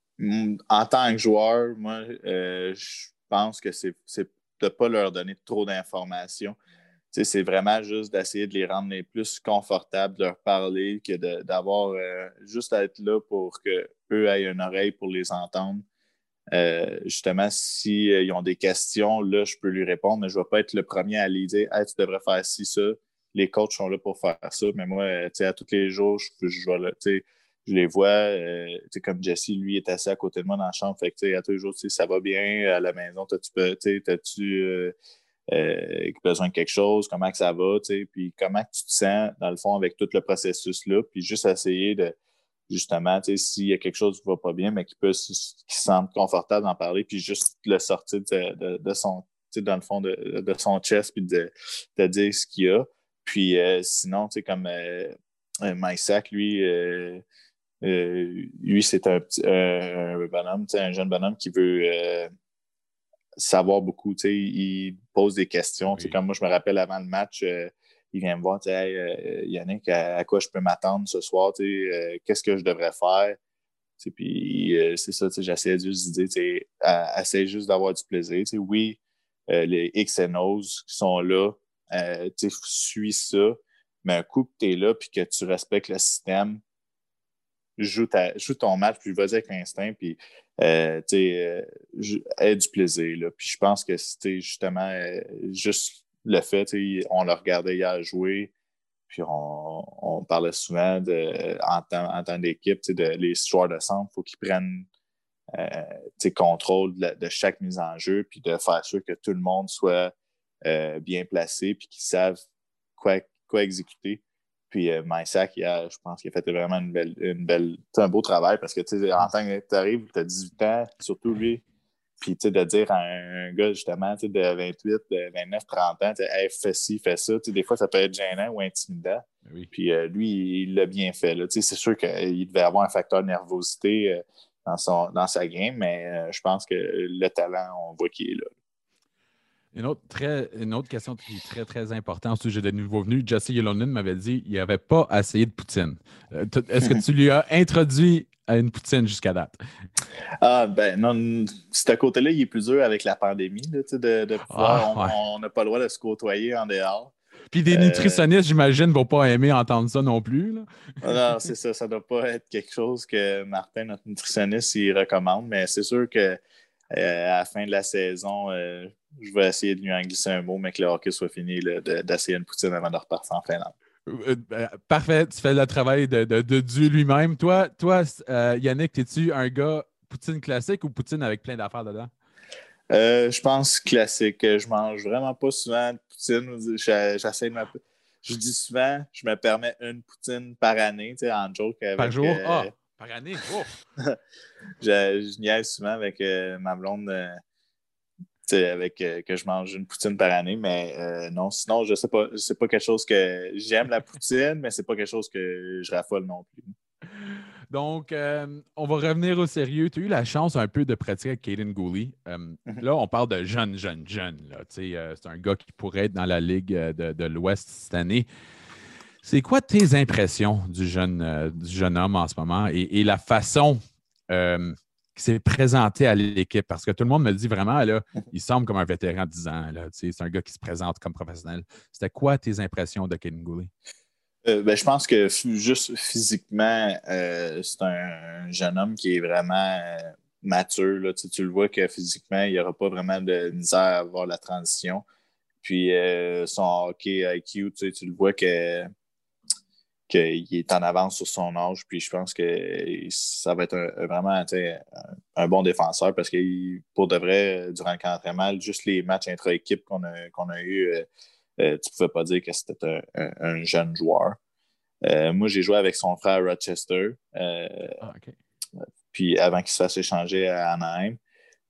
en tant que joueur, moi, euh, je pense que c'est, c'est de ne pas leur donner trop d'informations. Tu sais, c'est vraiment juste d'essayer de les rendre les plus confortables, de leur parler, que de, d'avoir euh, juste à être là pour qu'eux aient une oreille pour les entendre. Euh, justement, s'ils euh, ont des questions, là, je peux lui répondre, mais je ne vais pas être le premier à lui dire hey, tu devrais faire ci, ça. Les coachs sont là pour faire ça. Mais moi, euh, tu sais, à tous les jours, je, je, vais là, tu sais, je les vois. Euh, tu sais, comme Jesse, lui, est assis à côté de moi dans la chambre. Fait que, tu sais, à tous les jours, tu sais, ça va bien à la maison. T'as-tu, tu sais, t'as-tu euh, euh, besoin de quelque chose? Comment que ça va? Tu sais, puis comment que tu te sens, dans le fond, avec tout le processus-là? Puis juste essayer de justement, tu sais, s'il y a quelque chose qui ne va pas bien, mais qui peut qui se sente confortable d'en parler, puis juste le sortir de, de, de son, tu sais, dans le fond de, de son chest, puis de, de dire ce qu'il y a. Puis euh, sinon, tu sais, comme euh, Mysak, lui, euh, euh, lui, c'est un petit un, un bonhomme, tu sais, un jeune bonhomme qui veut euh, savoir beaucoup, tu sais, il pose des questions. Oui. Tu sais, comme moi, je me rappelle avant le match, euh, il vient me voir, tu sais, hey, euh, Yannick, à, à quoi je peux m'attendre ce soir, tu sais, euh, qu'est-ce que je devrais faire? Tu sais, puis euh, c'est ça, tu sais, j'essaie juste de dire, tu sais, à, essaie juste d'avoir du plaisir. Tu sais, oui, euh, les X and O's qui sont là, euh, tu sais, suis ça, mais un coup que tu es là puis que tu respectes le système, joue, ta, joue ton match, puis vas-y avec l'instinct, puis euh, tu sais, euh, aie du plaisir, là. Puis je pense que c'était justement euh, juste le fait, tu sais, on le regardait hier jouer, puis on, on parlait souvent de, en temps, en temps d'équipe, tu sais, de, les joueurs de centre, il faut qu'ils prennent euh, tu sais, contrôle de, la, de chaque mise en jeu, puis de faire sûr que tout le monde soit euh, bien placé, puis qu'ils savent quoi, quoi exécuter. Puis euh, Mysak, je pense qu'il a fait vraiment une belle, une belle un beau travail parce que tu sais, en tant que tu arrives, tu as dix-huit ans, surtout lui, puis tu sais, de dire à un gars justement de vingt-huit, de vingt-neuf, trente ans, hey, fais ci, fais ça, tu sais, des fois ça peut être gênant ou intimidant. Oui. Puis euh, lui, il l'a bien fait. Là. Tu sais, c'est sûr qu'il devait avoir un facteur de nervosité euh, dans, son, dans sa game, mais euh, je pense que le talent, on voit qu'il est là. Une autre, très, une autre question qui est très, très importante au sujet des nouveaux venus. Jesse Ylonen m'avait dit qu'il n'avait pas essayé de poutine. Euh, est-ce que tu lui as introduit à une poutine jusqu'à date? Ah, ben non, ce côté-là, il est plus dur avec la pandémie, là, de, de pouvoir. Ah, ouais. On n'a pas le droit de se côtoyer en dehors. Puis des euh... nutritionnistes, j'imagine, ne vont pas aimer entendre ça non plus. Là. Non, c'est ça. Ça ne doit pas être quelque chose que Martin, notre nutritionniste, il recommande, mais c'est sûr que Euh, à la fin de la saison, euh, je vais essayer de lui en glisser un mot, mais que le hockey soit fini là, de, d'essayer une poutine avant de repartir en Finlande. Euh, euh, parfait, tu fais le travail de, de, de Dieu lui-même. Toi, toi euh, Yannick, es-tu un gars poutine classique ou poutine avec plein d'affaires dedans? Euh, je pense classique. Je mange vraiment pas souvent de poutine. J'essaie de me... Je dis souvent, je me permets une poutine par année, tu sais, en joke. Avec, par jour? Euh... Ah, par année? Oh. je, je niaise souvent avec euh, ma blonde euh, avec euh, que je mange une poutine par année, mais euh, non, sinon, je sais pas, c'est pas quelque chose que j'aime la poutine, mais c'est pas quelque chose que je raffole non plus. Donc, euh, on va revenir au sérieux. Tu as eu la chance un peu de pratiquer avec Kaiden Guhle. Euh, mm-hmm. Là, on parle de jeune, jeune, jeune. Là. Euh, c'est un gars qui pourrait être dans la Ligue de, de l'Ouest cette année. C'est quoi tes impressions du jeune, euh, du jeune homme en ce moment et, et la façon euh, qui s'est présenté à l'équipe? Parce que tout le monde me le dit vraiment, là, il semble comme un vétéran de dix ans. Là, c'est un gars qui se présente comme professionnel. C'était quoi tes impressions de Kaiden Guhle? Euh, ben, je pense que f- juste physiquement, euh, c'est un jeune homme qui est vraiment euh, mature. Là. Tu, tu le vois que physiquement, il n'y aura pas vraiment de misère à avoir la transition. Puis euh, son hockey I Q, tu, tu le vois que qu'il est en avance sur son âge, puis je pense que ça va être un, vraiment un, un bon défenseur parce que pour de vrai, durant le camp d'entraînement, juste les matchs intra-équipe qu'on a, qu'on a eu, euh, euh, tu ne pouvais pas dire que c'était un, un, un jeune joueur. Euh, moi, j'ai joué avec son frère à Rochester, euh, ah, okay. Puis avant qu'il se fasse échanger à Anaheim.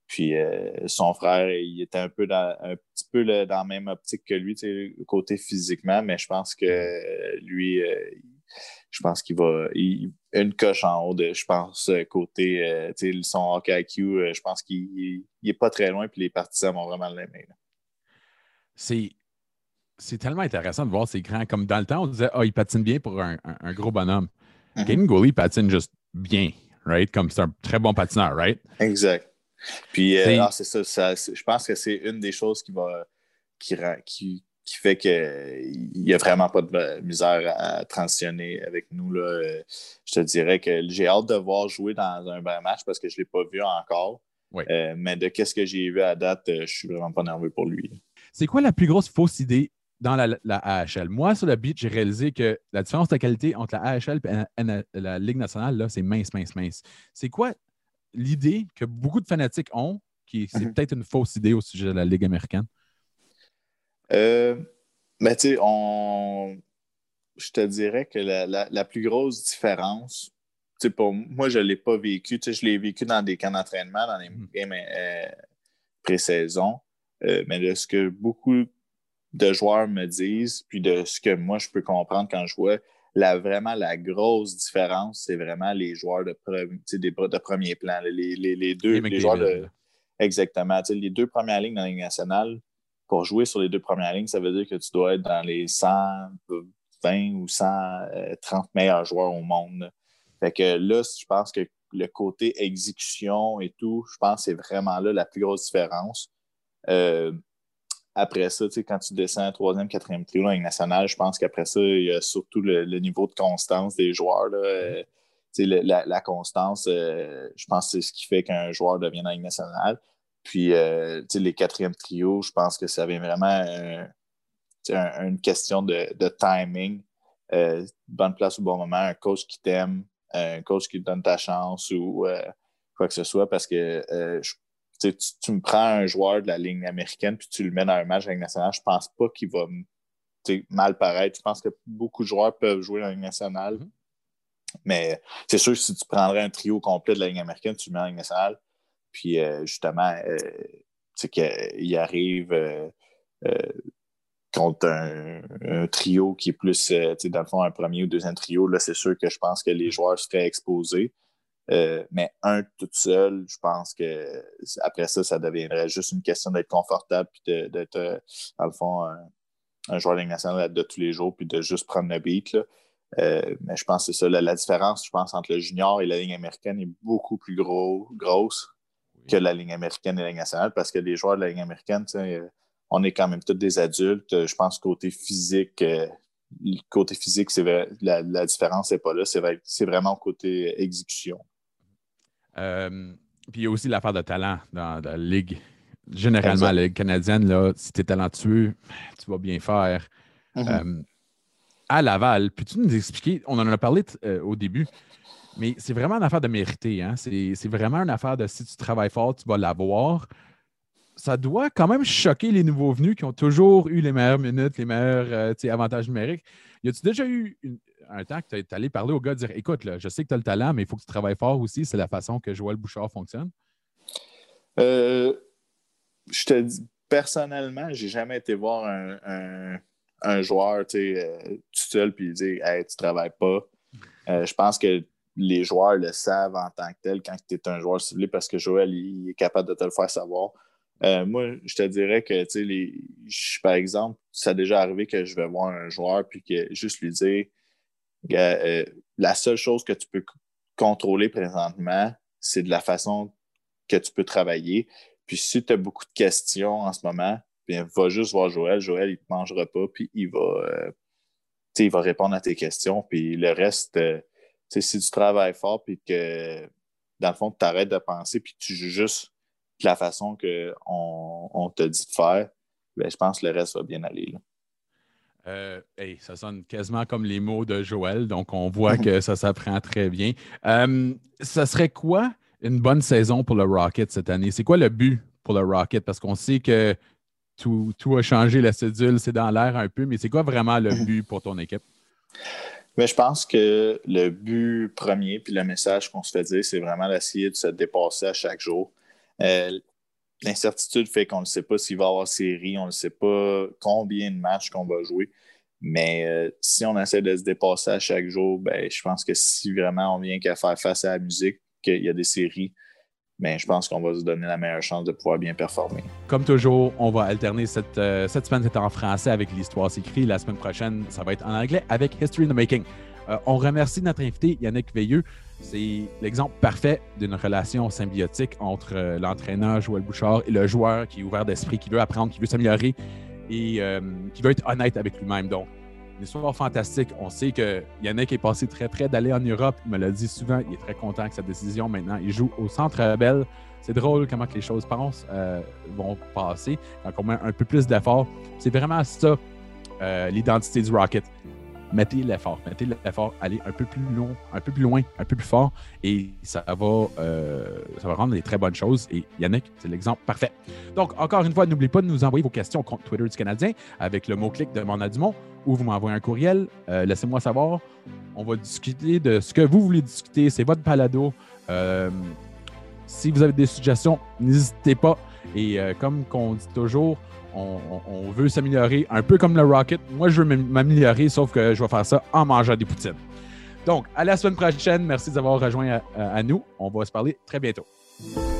Puis euh, son frère, il était un peu dans un petit peu le, dans la même optique que lui, côté physiquement, mais je pense que euh, lui, euh, je pense qu'il va il, une coche en haut de, je pense, côté euh, son hockey I Q, euh, je pense qu'il il, il est pas très loin, puis les partisans vont vraiment l'aimer. C'est, c'est tellement intéressant de voir ces grands. Comme dans le temps, on disait, ah, oh, il patine bien pour un, un, un gros bonhomme. Mm-hmm. Caden Gooley patine juste bien, right? Comme c'est un très bon patineur, right? Exact. Puis, c'est, euh, ah, c'est ça, ça c'est, je pense que c'est une des choses qui va qui, qui, qui fait qu'il n'y a vraiment pas de misère à transitionner avec nous. Là. Je te dirais que j'ai hâte de voir jouer dans un vrai match parce que je ne l'ai pas vu encore. Oui. Euh, mais de qu'est-ce que j'ai vu à date, je ne suis vraiment pas nerveux pour lui. C'est quoi la plus grosse fausse idée dans la, la A H L? Moi, sur le beat, j'ai réalisé que la différence de qualité entre la A H L et la, la Ligue nationale, là, c'est mince, mince, mince. C'est quoi l'idée que beaucoup de fanatiques ont, qui c'est mm-hmm. peut-être une fausse idée au sujet de la Ligue américaine? Euh, ben, tu sais, on... je te dirais que la, la, la plus grosse différence, tu sais, pour moi, je ne l'ai pas vécu. Tu sais, je l'ai vécu dans des camps d'entraînement, dans des mm-hmm. games euh, pré-saison. Euh, mais de ce que beaucoup de joueurs me disent, puis de ce que moi, je peux comprendre quand je vois, la, vraiment la grosse différence, c'est vraiment les joueurs de, pre- des, de premier plan. Les, les, les deux les, les joueurs de... Exactement. Les deux premières lignes dans la Ligue nationale, pour jouer sur les deux premières lignes, ça veut dire que tu dois être dans les cent vingt ou cent trente meilleurs joueurs au monde. Fait que là, je pense que le côté exécution et tout, je pense que c'est vraiment là la plus grosse différence. Euh, après ça, quand tu descends troisième, quatrième trio dans la Ligue nationale, je pense qu'après ça, il y a surtout le, le niveau de constance des joueurs. Là. Euh, le, la, la constance, euh, je pense que c'est ce qui fait qu'un joueur devient dans la Ligue nationale. Puis, euh, les quatrièmes trios, je pense que ça vient vraiment euh, un, une question de, de timing. Euh, bonne place au bon moment, un coach qui t'aime, un coach qui te donne ta chance ou euh, quoi que ce soit, parce que euh, je Tu, tu me prends un joueur de la Ligue américaine puis tu le mets dans un match de la Ligue nationale, je pense pas qu'il va mal paraître. Je pense que beaucoup de joueurs peuvent jouer dans la Ligue nationale. Mm-hmm. Mais c'est sûr que si tu prendrais un trio complet de la Ligue américaine, tu le mets dans la Ligue nationale. Puis euh, justement, euh, tu sais qu'il arrive euh, euh, contre un, un trio qui est plus, euh, tu sais, dans le fond, un premier ou deuxième trio, là, c'est sûr que je pense que les joueurs seraient exposés. Euh, mais un tout seul, je pense que après ça, ça deviendrait juste une question d'être confortable puis de, d'être, euh, dans le fond, un, un joueur de Ligue nationale de tous les jours puis de juste prendre le beat. Là. Euh, mais je pense que c'est ça. La, la différence, je pense, entre le junior et la Ligue américaine est beaucoup plus gros, grosse que la Ligue américaine et la Ligue nationale parce que les joueurs de la Ligue américaine, on est quand même tous des adultes. Je pense côté physique, euh, côté physique, c'est vrai, la, la différence n'est pas là. C'est, vrai, c'est vraiment côté exécution. Euh, puis il y a aussi l'affaire de talent dans, dans la Ligue. Généralement, exact. La Ligue canadienne, là, si tu es talentueux, tu vas bien faire. Mm-hmm. Euh, à Laval, peux-tu nous expliquer, on en a parlé t- euh, au début, mais c'est vraiment une affaire de mériter. Hein? C'est, c'est vraiment une affaire de si tu travailles fort, tu vas l'avoir. Ça doit quand même choquer les nouveaux venus qui ont toujours eu les meilleures minutes, les meilleurs euh, avantages numériques. Y a-tu déjà eu une, un temps que tu es allé parler au gars et dire écoute, là, je sais que tu as le talent, mais il faut que tu travailles fort aussi. C'est la façon que Joël Bouchard fonctionne? Euh, je te dis, personnellement, j'ai jamais été voir un, un, un joueur euh, tout seul puis dire hey, tu travailles pas. Euh, je pense que les joueurs le savent en tant que tel quand tu es un joueur ciblé parce que Joël il, il est capable de te le faire savoir. Euh, moi, je te dirais que, tu sais, les, je, par exemple, ça a déjà arrivé que je vais voir un joueur puis que juste lui dire euh, la seule chose que tu peux c- contrôler présentement, c'est de la façon que tu peux travailler. Puis si tu as beaucoup de questions en ce moment, bien, va juste voir Joël. Joël, il ne te mangera pas, puis il va, euh, tu sais, il va répondre à tes questions. Puis le reste, euh, tu sais, si tu travailles fort puis que, dans le fond, tu arrêtes de penser puis tu joues juste de la façon qu'on on te dit de faire, bien, je pense que le reste va bien aller. Là. Euh, hey, ça sonne quasiment comme les mots de Joël, donc on voit que ça s'apprend très bien. Euh, ça serait quoi une bonne saison pour le Rocket cette année? C'est quoi le but pour le Rocket? Parce qu'on sait que tout, tout a changé, la cédule, c'est dans l'air un peu, mais c'est quoi vraiment le but pour ton équipe? Mais je pense que le but premier puis le message qu'on se fait dire, c'est vraiment d'essayer de se dépasser à chaque jour. Euh, l'incertitude fait qu'on ne sait pas s'il va y avoir série, on ne sait pas combien de matchs qu'on va jouer. Mais euh, si on essaie de se dépasser à chaque jour, ben, je pense que si vraiment on vient qu'à faire face à la musique, qu'il y a des séries, ben, je pense qu'on va se donner la meilleure chance de pouvoir bien performer. Comme toujours, on va alterner cette, euh, cette semaine, c'est en français avec l'Histoire s'écrit. La semaine prochaine, ça va être en anglais avec History in the Making. Euh, on remercie notre invité, Yannick Veilleux. C'est l'exemple parfait d'une relation symbiotique entre euh, l'entraîneur Joël Bouchard et le joueur qui est ouvert d'esprit, qui veut apprendre, qui veut s'améliorer et euh, qui veut être honnête avec lui-même. Donc, une histoire fantastique. On sait que Yannick est passé très près d'aller en Europe. Il me l'a dit souvent. Il est très content avec sa décision maintenant. Il joue au Centre Bell. C'est drôle comment que les choses pensent, euh, vont passer quand on met un peu plus d'effort. C'est vraiment ça, euh, l'identité du Rocket. Mettez l'effort, mettez l'effort, allez un peu plus loin, un peu plus loin, un peu plus fort, et ça va, euh, ça va rendre des très bonnes choses. Et Yannick, c'est l'exemple parfait. Donc, encore une fois, n'oubliez pas de nous envoyer vos questions au compte Twitter du Canadien avec le mot-clic de Demande à Dumont, ou vous m'envoyez un courriel. Euh, laissez-moi savoir. On va discuter de ce que vous voulez discuter. C'est votre balado. Euh, si vous avez des suggestions, n'hésitez pas. Et euh, comme on dit toujours, On, on, on veut s'améliorer, un peu comme le Rocket. Moi, je veux m'améliorer, sauf que je vais faire ça en mangeant des poutines. Donc, à la semaine prochaine. Merci d'avoir rejoint à, à nous. On va se parler très bientôt.